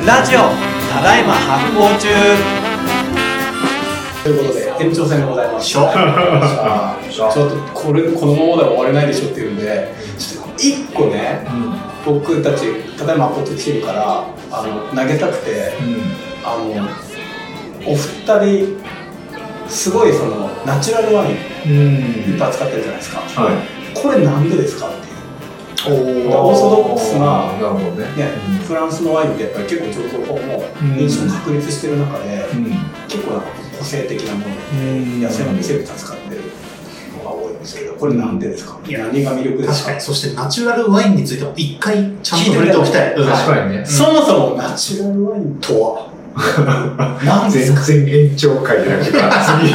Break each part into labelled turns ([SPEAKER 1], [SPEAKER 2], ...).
[SPEAKER 1] ラジオただいま発行中ということで延長戦でございます。ちょっとこのままでは終われないでしょっていうんで、ちょっと一個ね、僕たちただいま発行中チームから投げたくて、お二人すごいそのナチュラルワインいっぱい使ってるじゃないですか、これなんでですかっていう。オーソドックスな、フランスのワインってやっぱり結構醸造法も認証確立してる中で、結構なんか個性的なもの、野生の微生物を使ってるのが多いんですけど、これなんでですか？何が魅力ですか？
[SPEAKER 2] 確かに。そしてナチュラルワインについても一回ちゃんと触れておきたい。
[SPEAKER 3] 確かにね。
[SPEAKER 1] そもそもナチュラルワインとは何ですか？
[SPEAKER 3] 全然延長会じゃなくて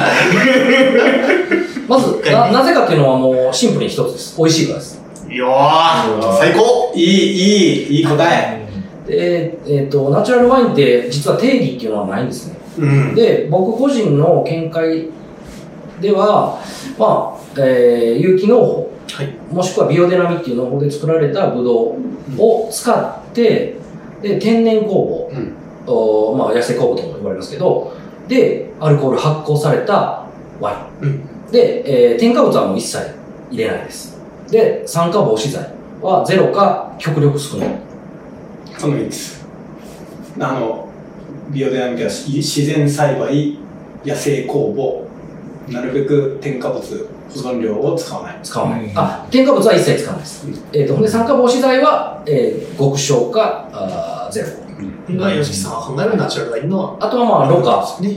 [SPEAKER 4] まずなぜかっていうのはもうシンプルに一つです。美味しいからです。
[SPEAKER 2] いやー、最高。
[SPEAKER 1] いい答え。
[SPEAKER 4] ナチュラルワインって実は定義っていうのはないんですね。で、僕個人の見解では、有機農法、もしくはビオデナミっていう農法で作られたブドウを使って、で天然酵母、野生酵母とも言われますけど、で、アルコール発酵されたワイン。で、添加物はもう一切入れないです。で、酸化防止剤はゼロか極力少ない。
[SPEAKER 1] その3つ。ビオデナミックは自然栽培、野生酵母、なるべく添加物、保存料を使わない。
[SPEAKER 4] 添加物は一切使わないです。で、酸化防止剤は、極小かゼロ。
[SPEAKER 2] 吉木さんが考えるナチュラルワインの。
[SPEAKER 4] あとはろ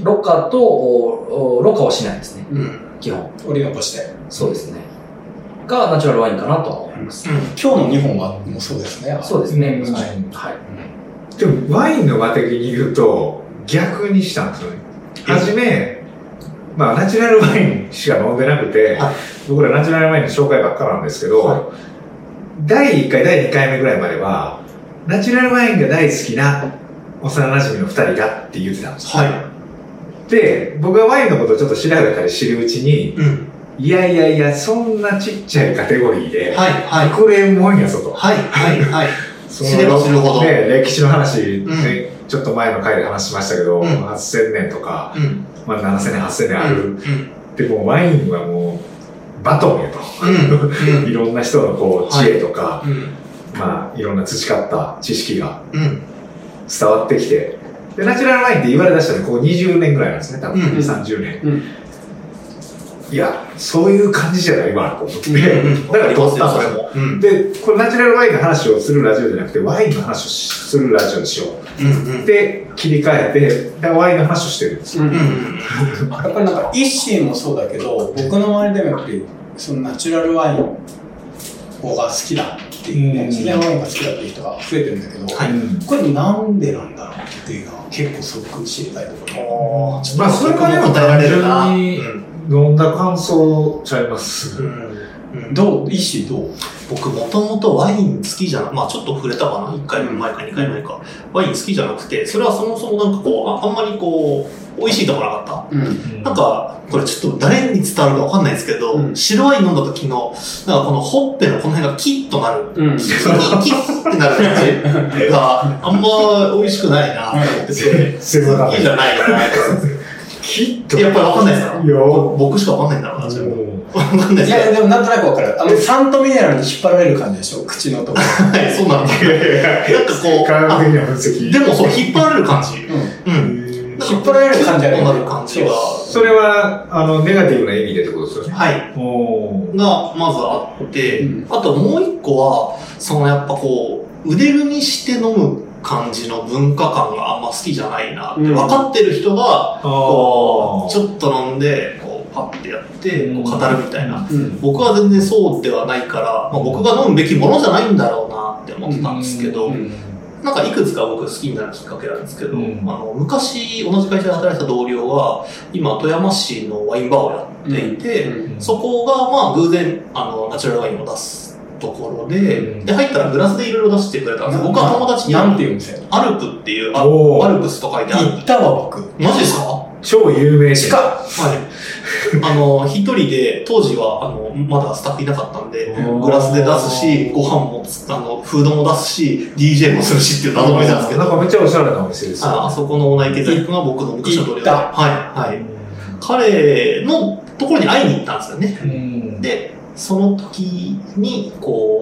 [SPEAKER 4] 過はしないですね。基本。
[SPEAKER 1] 折り残して。
[SPEAKER 4] そうですね。がナチュラルワインかなとは思います。
[SPEAKER 1] 今日の2本はもうそうですね。
[SPEAKER 4] そうですね。
[SPEAKER 3] でもワインの場的に言うと逆にしたんですよね。はじめ、ナチュラルワインしか飲んでなくて、僕らナチュラルワインの紹介ばっかなんですけど、第1回、第2回目ぐらいまでは、ナチュラルワインが大好きな幼馴染の2人がって言ってたんですよ。で、僕がワインのことをちょっと調べたり知るうちに、いや、そんなちっちゃいカテゴリーで、隠れんもんやぞと。
[SPEAKER 2] 知れば知るほど。
[SPEAKER 3] 歴史の話、ちょっと前の回で話しましたけど、8000年とか、7000年、8000年ある。でもワインはもう、バトンやと。いろんな人のこう知恵とか、いろんな培った知識が伝わってきて、で、ナチュラルワインって言われ出したのこう20年ぐらいなんですね、多分30年。いや、そういう感じじゃないわと思って。だから撮ったそれも。で、これナチュラルワインの話をするラジオじゃなくて、ワインの話をするラジオにしよう。で、切り替えて、ワインの話をしてるんですよ。
[SPEAKER 1] やっぱりなんか、イッシーもそうだけど、僕の周りでもやっぱり、そのナチュラルワインが好きだっていうね、自然ワインが好きだっていう人が増えてるんだけど、これなんでなんだろうっていうのは結構すごく知りたいところ。
[SPEAKER 3] それはね、答えられるな。飲んだ感想ちゃいます。
[SPEAKER 1] どう？イッシーどう？
[SPEAKER 2] 僕もともとワイン好きじゃな、ちょっと触れたかな、1回前か2回前か。ワイン好きじゃなくて、それはそもそもなんかこう、あんまりこう、美味しいとこなかった。なんか、これちょっと誰に伝わるかわかんないですけど、白ワイン飲んだ時の、なんかこのほっぺのこの辺がキッとなる。キッってなる感じがあんま美味しくないなと思ってて、いいじゃないよな。
[SPEAKER 3] キッと
[SPEAKER 2] やっぱりわかんないですか？僕しかわかんないんだろうな、じゃあ。わかんないです。
[SPEAKER 1] いや、でもなんとなくわかる。サントミネラルに引っ張られる感じでしょ、口のところ。
[SPEAKER 2] はい、そうなんだ。なんかこう、
[SPEAKER 3] 科学的な分析。
[SPEAKER 2] でもそう、引っ張られる感じ。
[SPEAKER 1] 引っ張られる感じじゃない。
[SPEAKER 2] なる感じが。
[SPEAKER 3] それは、ネガティブな意味でってことですよね。
[SPEAKER 2] はい。が、まずあって、あともう一個は、やっぱこう、腕組みして飲む感じの文化感があんま好きじゃないなって、分かってる人が、こう、ちょっと飲んで、こう、パッてやって、こう語るみたいな。僕は全然そうではないから、僕が飲むべきものじゃないんだろうなって思ってたんですけど、なんかいくつか僕好きになるきっかけなんですけど、昔同じ会社で働いた同僚が、今富山市のワインバーをやっていて、そこが偶然、ナチュラルワインを出すところで、入ったらグラスでいろいろ出してくれたんですよ。僕は友達に。
[SPEAKER 1] なんていう店？
[SPEAKER 2] アルプっていう、アルプスと書いてある。
[SPEAKER 1] 行ったわ、僕。
[SPEAKER 2] マジですか？
[SPEAKER 3] 超有名
[SPEAKER 1] しか。
[SPEAKER 2] はい。 一人で、当時は、まだスタッフいなかったんで、グラスで出すし、ご飯も、フードも出すし、DJ もするしっていう謎の店なんですけど。
[SPEAKER 3] なんかめっちゃおしゃれなお店ですよ。
[SPEAKER 2] あそこのオーナー池崎君が僕の昔の同僚で。はい。彼のところに会いに行ったんですよね。で、その時に、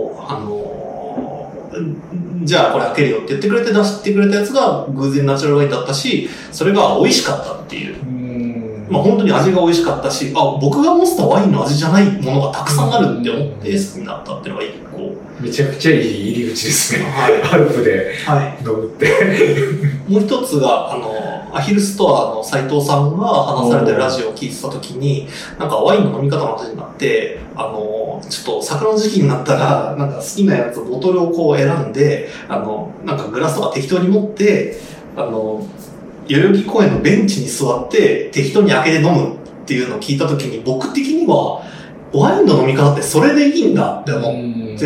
[SPEAKER 2] じゃあこれ開けるよって言ってくれて出してくれたやつが偶然ナチュラルワインだったし、それが美味しかったっていう。まあ本当に味が美味しかったし、僕が持ってたワインの味じゃないものがたくさんあるって思って好きになったっていうのが一個。
[SPEAKER 3] めちゃくちゃいい入り口ですね。はい。アルプで飲むって。
[SPEAKER 2] もう一つが、アヒルストアの斉藤さんが話されてるラジオを聞いてた時に、なんかワインの飲み方の話になって、ちょっと桜の時期になったら、なんか好きなやつ、ボトルをこう選んで、なんかグラスとか適当に持って、代々木公園のベンチに座って適当に開けて飲むっていうのを聞いた時に、僕的にはワインの飲み方ってそれでいいんだって思って、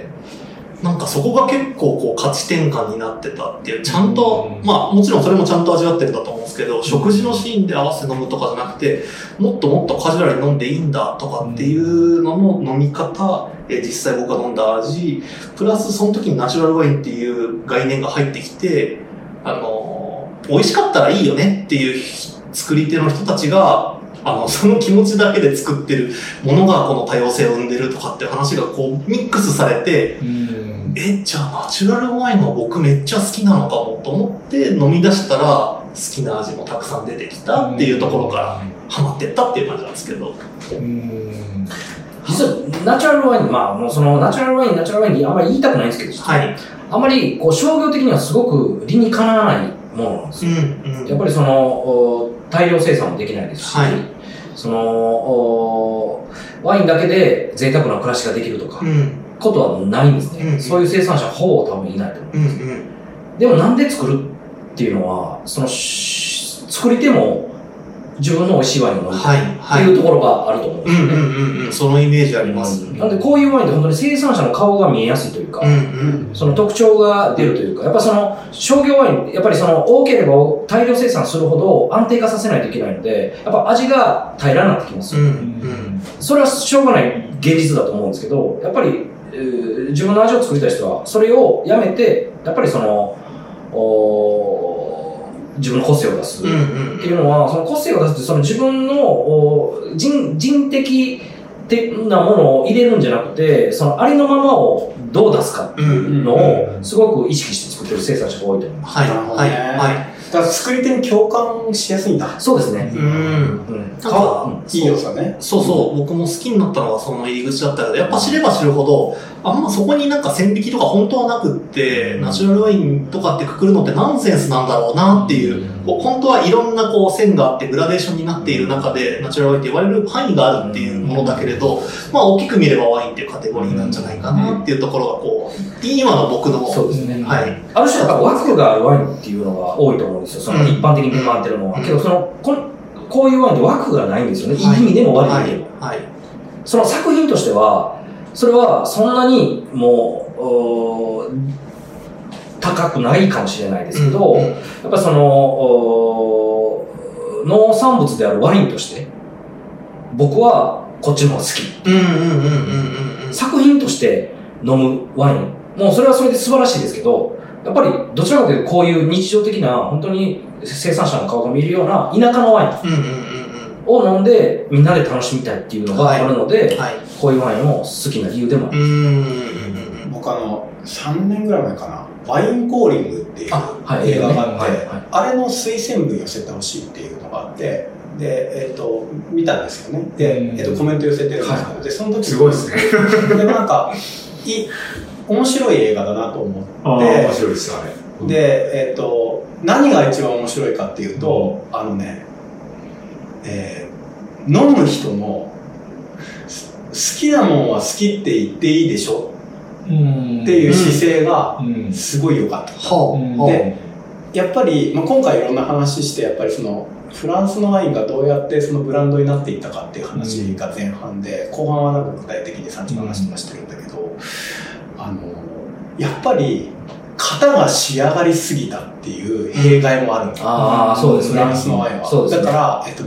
[SPEAKER 2] なんかそこが結構こう価値転換になってたっていう、ちゃんと、まあもちろんそれもちゃんと味わってるんだと思うんですけど、食事のシーンで合わせて飲むとかじゃなくて、もっともっとカジュアルに飲んでいいんだとかっていうのの飲み方、実際僕が飲んだ味、プラスその時にナチュラルワインっていう概念が入ってきて、美味しかったらいいよねっていう作り手の人たちが、その気持ちだけで作ってるものがこの多様性を生んでるとかっていう話がこうミックスされて、じゃあナチュラルワインは僕めっちゃ好きなのかもと思って飲み出したら好きな味もたくさん出てきたっていうところからハマってったっていう感じなんですけど。
[SPEAKER 4] 実はナチュラルワイン、まあもうそのナチュラルワインってあんまり言いたくないんですけど、はい、あんまりこう商業的にはすごく理にかなわないものなんですよ。やっぱりその大量生産もできないですし、はい、そのワインだけで贅沢な暮らしができるとか、ことはないんですね。そういう生産者はほぼ多分いないと思うんです。でもなんで作るっていうのは、その作り手も自分の美味しいワインを飲むっていうところがあると思うんですよね。
[SPEAKER 2] そのイメージあります。
[SPEAKER 4] なんでこういうワインって本当に生産者の顔が見えやすいというか、その特徴が出るというか、やっぱその商業ワイン、やっぱりその多ければ大量生産するほど安定化させないといけないので、やっぱ味が平らになってきますよ。それはしょうがない現実だと思うんですけど、やっぱり自分の味を作りたい人はそれをやめて、やっぱりその自分の個性を出すっていうのは、その個性を出すってその自分の人的なものを入れるんじゃなくて、そのありのままをどう出すかっていうのをすごく意識して作ってる生産者が多いと思います。
[SPEAKER 1] はい。だから作り手に共感しやすいんだ。
[SPEAKER 4] そうですね。
[SPEAKER 1] いいよさね。
[SPEAKER 2] そうそう。僕も好きになったのがその入り口だったけど、やっぱ知れば知るほど、あんまそこになんか線引きとか本当はなくって、ナチュラルワインとかってくくるのってナンセンスなんだろうなっていう、本当はいろんなこう線があってグラデーションになっている中で、ナチュラルワインって言われる範囲があるっていうものだけれど、まあ大きく見ればワインっていうカテゴリーなんじゃないかなっていうところがこう、今の僕の。
[SPEAKER 4] そうですね。はい。ある種やっぱ枠があるワインっていうのが多いと思うんですよ。その一般的に回ってるのは。けどその、こういうワインって枠がないんですよね。いい意味でも悪い意味でも。その作品としては、それはそんなにもう、高くないかもしれないですけど、やっぱその、農産物であるワインとして、僕はこっちの方が好き。作品として飲むワイン。もうそれはそれで素晴らしいですけど、やっぱりどちらかというとこういう日常的な本当に生産者の顔が見えるような田舎のワインを飲んでみんなで楽しみたいっていうのがあるので、こういうワインを好きな理由でもある。
[SPEAKER 1] 僕3年ぐらい前かな、ワインコーリングっていう映画があって、あれの推薦文寄せてほしいっていうのがあって、で、見たんですよね。で、コメント寄せてるんですけど、で、その時
[SPEAKER 3] すごいですね。
[SPEAKER 1] で、なんか、面白い映画だなと思って。
[SPEAKER 3] 面白いです、あれ。
[SPEAKER 1] で、何が一番面白いかっていうと、飲む人の好きなものは好きって言っていいでしょっていう姿勢がすごい良かった。で、やっぱり、今回いろんな話して、やっぱりその、フランスのワインがどうやってそのブランドになっていったかっていう話が前半で、後半はなんか具体的にさっきの話とかしてるんだけど、やっぱり型が仕上がりすぎたっていう弊害もあるんだ。
[SPEAKER 4] そうですね。
[SPEAKER 1] フランスのワインは。だから、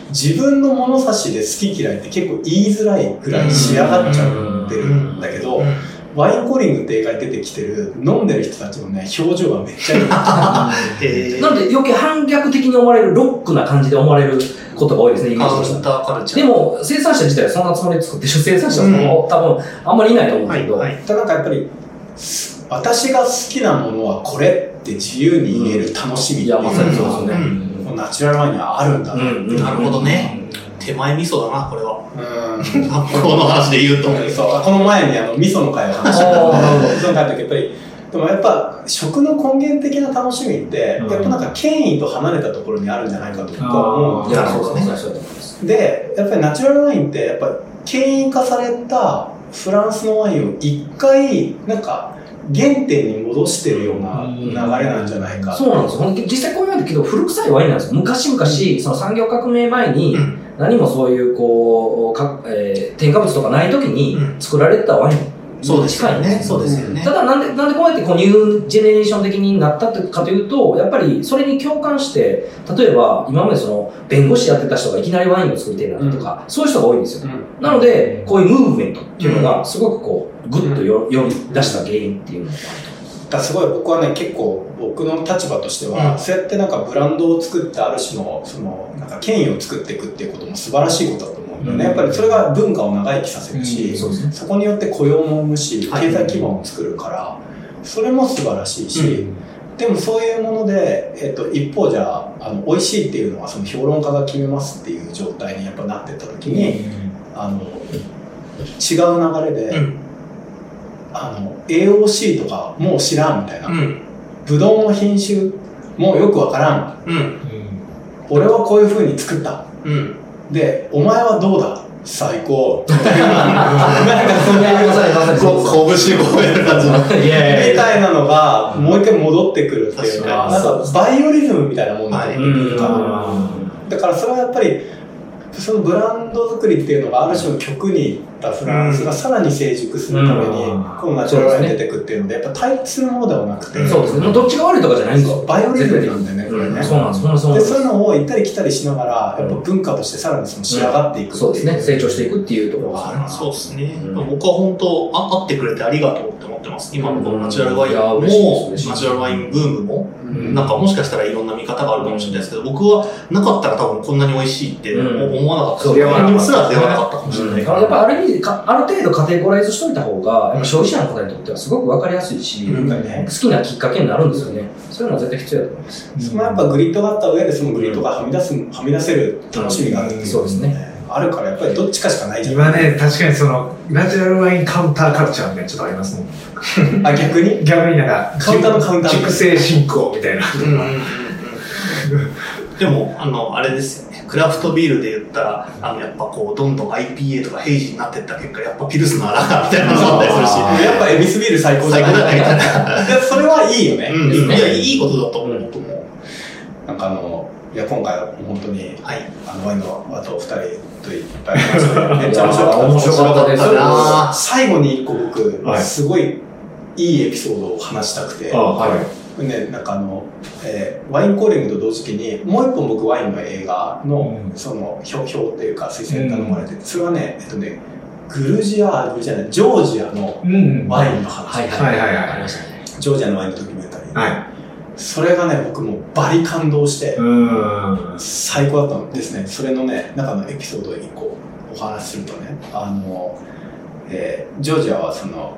[SPEAKER 1] 自分の物差しで好き嫌いって結構言いづらいぐらい仕上がっちゃってるんだけど、ワインコーリングって映画に出てきてる飲んでる人たちのね、表情がめっちゃいい。
[SPEAKER 4] なので余計反逆的に思われる、ロックな感じで思われることが多いですね、イメージとしては。でも、生産者自体はそんなつもりで作ってる生産者も多分あんまりいないと思うんですけど。
[SPEAKER 1] ただなんかやっぱり、私が好きなものはこれって自由に言える楽しみっていうのが、ナチュラルワインにはあるんだな。
[SPEAKER 2] なるほどね。手前味噌だな、これは。発酵の話で言うと。
[SPEAKER 1] そう、この前に味噌の会を話したんだけど、味噌の会の時やっぱり、でもやっぱ食の根源的な楽しみって、やっぱなんか権威と離れたところにあるんじゃないかと僕は思うんですね。で、やっぱりナチュラルワインってやっぱ権威化されたフランスのワインを一回なんか原点に戻してるような流れなんじゃないか。
[SPEAKER 4] そうなんですよ。実際こういうのってけど古臭いワインなんですよ。昔々、その産業革命前に何もそういうこう添加物とかない時に作られたワイン。
[SPEAKER 2] そうですよね。そうですよね。
[SPEAKER 4] ただなんでこうやってこうニュージェネレーション的になったかというと、やっぱりそれに共感して、例えば今までその弁護士やってた人がいきなりワインを作りたいなとか、そういう人が多いんですよ。なので、こういうムーブメントっていうのがすごくこう、グッとより出した原因っていうのがあると。
[SPEAKER 1] だすごい僕はね、結構僕の立場としては、そうやってなんかブランドを作ってある種の、その、なんか権威を作っていくっていうことも素晴らしいことだと思うんだよね。やっぱりそれが文化を長生きさせるし、そこによって雇用も生むし、経済基盤を作るから、それも素晴らしいし、でもそういうもので、一方じゃあ、美味しいっていうのはその評論家が決めますっていう状態にやっぱなってった時に、違う流れで、AOC とかもう知らんみたいな、ブドウの品種もうよくわからん、俺はこういう風に作った、でお前はどうだ最高みたいななんかそんな
[SPEAKER 2] 拳ごめん感じの
[SPEAKER 1] みたいなのがもう一回戻ってくるっていうのはなんかバイオリズムみたいなもんだと思うだからそれはやっぱりそのブランド作りっていうのがある種の極に行ったフランスがさらに成熟するためにこのナチュラルワインに出てくっていうのでやっぱ対立するものではなくて
[SPEAKER 4] そうですねどっちが悪いとかじゃないんですよ
[SPEAKER 1] バイオリズムなんだよねこれね
[SPEAKER 4] そうなんです
[SPEAKER 1] でそういうのを行ったり来たりしながらやっぱ文化としてさらにその仕上がっていく
[SPEAKER 4] そうですね成長していくっていうところが
[SPEAKER 2] そうですね僕は本当会ってくれてありがとうって思ってます今のこのナチュラルワインもナチュラルワインブームもなんかもしかしたらいろんな見方があるかもしれないですけど僕はなかったら多分こんなに美味しいって思わなかったにすら出会わなかったかもしれないから
[SPEAKER 4] やっぱある意味ある程度カテゴライズしといた方がやっぱ消費者の方にとってはすごく分かりやすいし、好きなきっかけになるんですよねそういうのは絶対必要だと思います
[SPEAKER 1] そのやっぱグリッドがあった上でそのグリッドがはみ出せる楽しみがあるっていう、
[SPEAKER 4] そうですね
[SPEAKER 1] あるからやっぱりどっちかしかないじゃん
[SPEAKER 3] 今ね確かにそのナチュラルワインカウンターカルチャーみたいなちょっとありますもん
[SPEAKER 1] あ逆に
[SPEAKER 3] なんか
[SPEAKER 1] カウンターのカウンター
[SPEAKER 3] 熟成進行みたいな
[SPEAKER 2] でもあれですよねクラフトビールで言ったらやっぱこうどんどん IPA とかヘイジになっていった結果やっぱピルスナーラガーみたいなのがあったりするし
[SPEAKER 1] やっぱエビスビール最高じゃないみたいなそれはいいよね、
[SPEAKER 2] いやいいことだと思う
[SPEAKER 1] なんかいや今回は本当に、ワインのあと2人といっぱい話してめっちゃ面白かったです最後に1個僕、すごいいいエピソードを話したくてね、なんかワインコーリングと同時期にもう一本僕ワインの映画のその表っていうか推薦頼まれてそれはねジョージアのワインの話ジョージアのワインのドキュメンタリーそれがね僕もバリ感動して最高だったんですねそれのね中のエピソードを1個お話しするとねジョージアはその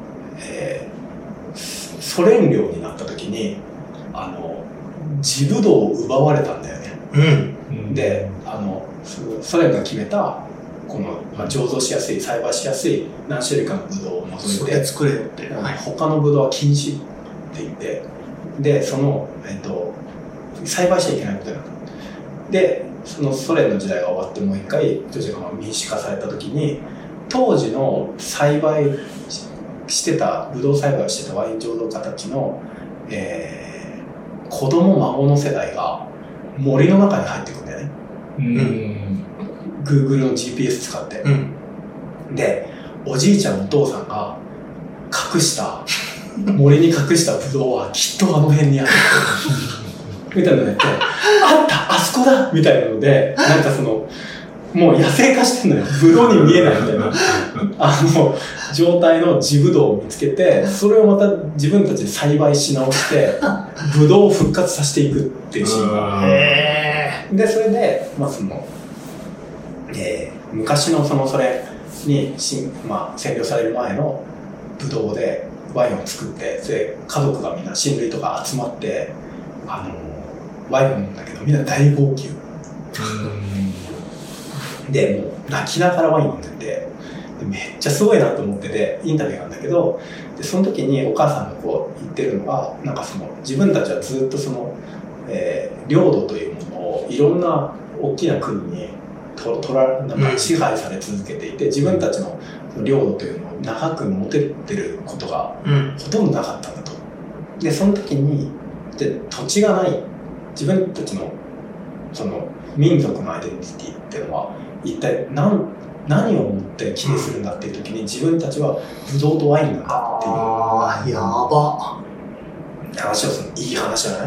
[SPEAKER 1] ソ連領になった時に地ブドウを奪われたんだよね、でソ連が決めたこの、醸造しやすい栽培しやすい何種類かのブドウを除いて
[SPEAKER 2] 作れよって、
[SPEAKER 1] 他のブドウは禁止って言ってでその、栽培しちゃいけないことになったでそのソ連の時代が終わってもう一回ジョージアが民主化された時に当時の栽培してたブドウ栽培をしてたワイン醸造家たちの、子供孫の世代が森の中に入ってくんだよね、Google の GPS 使って、でおじいちゃんお父さんが森に隠したブドウはきっとあの辺にあるみたいなのやってあったあそこだみたいなのでなんかそのもう野生化してんのよ。ブドウに見えないみたいな状態の地ブドウを見つけて、それをまた自分たちで栽培し直してブドウを復活させていくっていうシーンがあって、でそれで昔のそれに占領される前のブドウでワインを作って、で家族がみんな親類とか集まってワインを飲んだけどみんな大号泣で、もう泣きながらワイン飲んでて、めっちゃすごいなと思ってて、インタビューなんだけど、でその時にお母さんがこう言ってるのが、なんか自分たちはずっと領土というものをいろんな大きな国になんか支配され続けていて、自分たちの領土というのを長く持ててることがほとんどなかったんだと。でその時に土地がない、自分たちの民族のアイデンティティっていうのは一体何をもって規定するんだっていう時に、自分たちはブドウとワインなんだっていう。
[SPEAKER 2] やば
[SPEAKER 1] 話をする。いい話じゃない？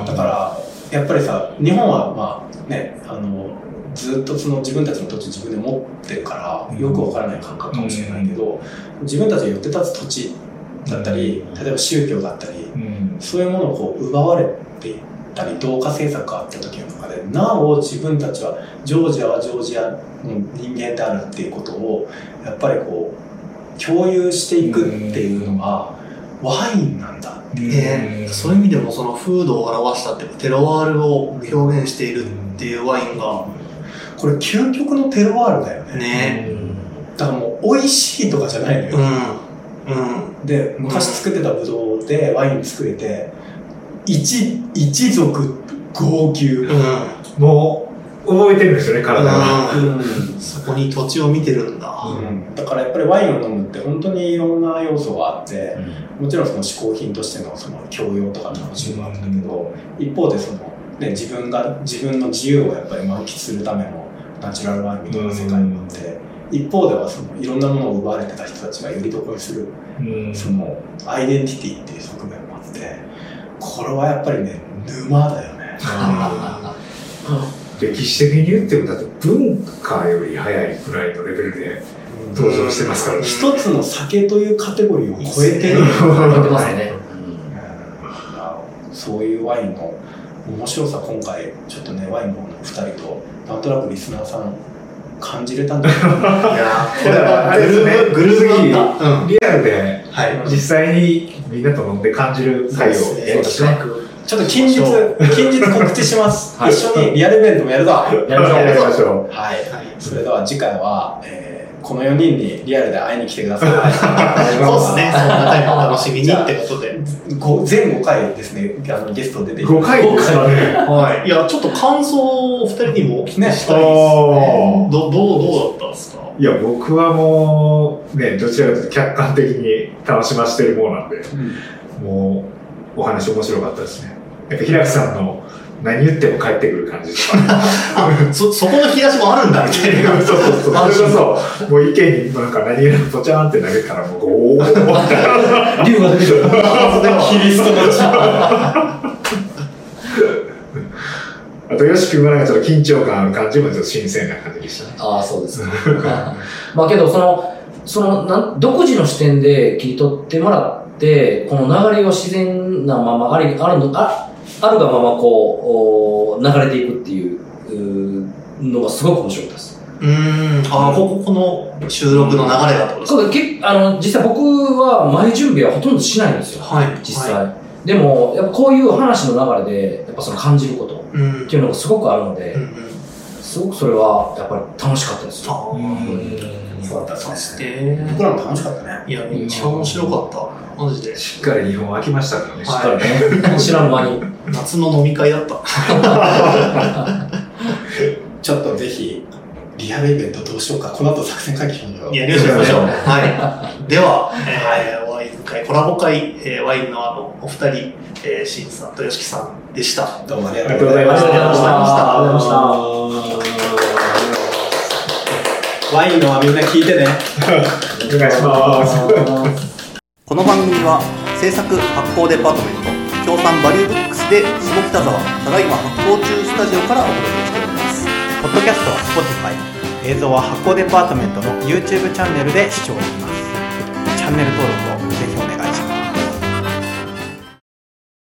[SPEAKER 1] だからやっぱりさ、日本はずっと自分たちの土地自分で持ってるからよくわからない感覚かもしれないけど、自分たちが寄って立つ土地だったり、例えば宗教だったり、そういうものをこう奪われていったり、同化政策があった時の中で、なお自分たちはジョージアはジョージアの人間であるっていうことをやっぱりこう共有していくっていうのがワインなんだっていう、
[SPEAKER 2] そういう意味でもその風土を表したっていうか、テロワールを表現しているっていうワインが、
[SPEAKER 1] これ究極のテロワールだよね。だからもう美味しいとかじゃないのよ。で昔作ってたブドウでワイン作れて、一族号泣、
[SPEAKER 3] もう覚えてるんですよね、体が。
[SPEAKER 2] そこに土地を見てるんだ。
[SPEAKER 1] だからやっぱりワインを飲むって本当にいろんな要素があって、もちろん嗜好品としての教養とか楽しみもあるんだけど、一方で自分の自由をやっぱり満喫するためのナチュラルワインみたいな世界もあって、一方ではいろんなものを奪われてた人たちがよりどころにするアイデンティティっていう側面もあって、これはやっぱりね、沼だよね。
[SPEAKER 3] 歴史的に言ってもだって文化より早いくらいのレベルで登場してますからね。
[SPEAKER 1] 一つの酒というカテゴリーを超えてる。
[SPEAKER 4] 超えてますね。
[SPEAKER 1] そういうワインの面白さ、今回ちょっとね、ワインの2人となんとなくリスナーさん感じれたんじゃないかな。
[SPEAKER 2] いやこれはグルーヴなんだ。
[SPEAKER 3] リアルで実際にみんなと飲んで感じる回をやりましょう。
[SPEAKER 1] ちょっと近日告知します。一緒にリアルイベントもやるぞ。
[SPEAKER 3] やりましょう。
[SPEAKER 1] はい。それでは次回は、この4人にリアルで会いに来てください。
[SPEAKER 2] そうですね。そんな回も楽しみにってことで。
[SPEAKER 1] 全5回ですね、ゲスト出て
[SPEAKER 3] 5回ですかね。
[SPEAKER 2] はい。いや、ちょっと感想をお二人にもお聞きしたいですね。どうだったんですか？
[SPEAKER 3] いや、僕はもう、ね、どちらかというと客観的に楽しませてる方なんで、もう、お話面白かったですね。やっぱ平木さんの何言っても返ってくる感じとか。
[SPEAKER 2] そこの引き出しもあるんだみたいな。
[SPEAKER 3] そう。それこそ、もう意見になんか何気なくポチャーンって投げたらもう、おー
[SPEAKER 4] 竜が出てくる。
[SPEAKER 1] キリストの血。
[SPEAKER 3] あと、よし君はなんかちょっと緊張感ある感じもちょっと新鮮な感じでしたね。
[SPEAKER 4] ああ、そうですね。まあけど、独自の視点で切り取ってもらって、この流れを自然なまま、あるがままこう、流れていくっていうのがすごく面白かったです。
[SPEAKER 2] この収録の流れだとですか？
[SPEAKER 4] そう実際僕は前準備はほとんどしないんですよ。
[SPEAKER 2] はい。
[SPEAKER 4] 実際。でも、やっぱこういう話の流れで、やっぱ感じることっていうのがすごくあるので、すごくそれはやっぱり楽しかったですよ。
[SPEAKER 1] そうだったですね。僕らも楽しかったね。
[SPEAKER 2] いや、めっちゃ面白かった。マジで。
[SPEAKER 3] しっかり日本飽きましたからね。
[SPEAKER 4] しっかりね。知らん間に。
[SPEAKER 2] 夏の飲み会だった。
[SPEAKER 1] ちょっとぜひ、リアルイベントどうしようか。この後作戦会議しましょう。
[SPEAKER 2] やりましょう。はい。では、ワイン会、コラボ会、ワインのお二人、シンさんとヨシキさんでした。
[SPEAKER 1] どうもありがとうございました。
[SPEAKER 4] ありがとうございました。
[SPEAKER 1] ワインのはみんな聞いてね。
[SPEAKER 3] お願いします。
[SPEAKER 2] この番組は制作発行デパートメント協賛バリューブックスで下北沢ただいま発行中スタジオからお届けしております。
[SPEAKER 1] ポッドキャストは Spotify、映像は発酵デパートメントの YouTube チャンネルで視聴できます。チャンネル登録を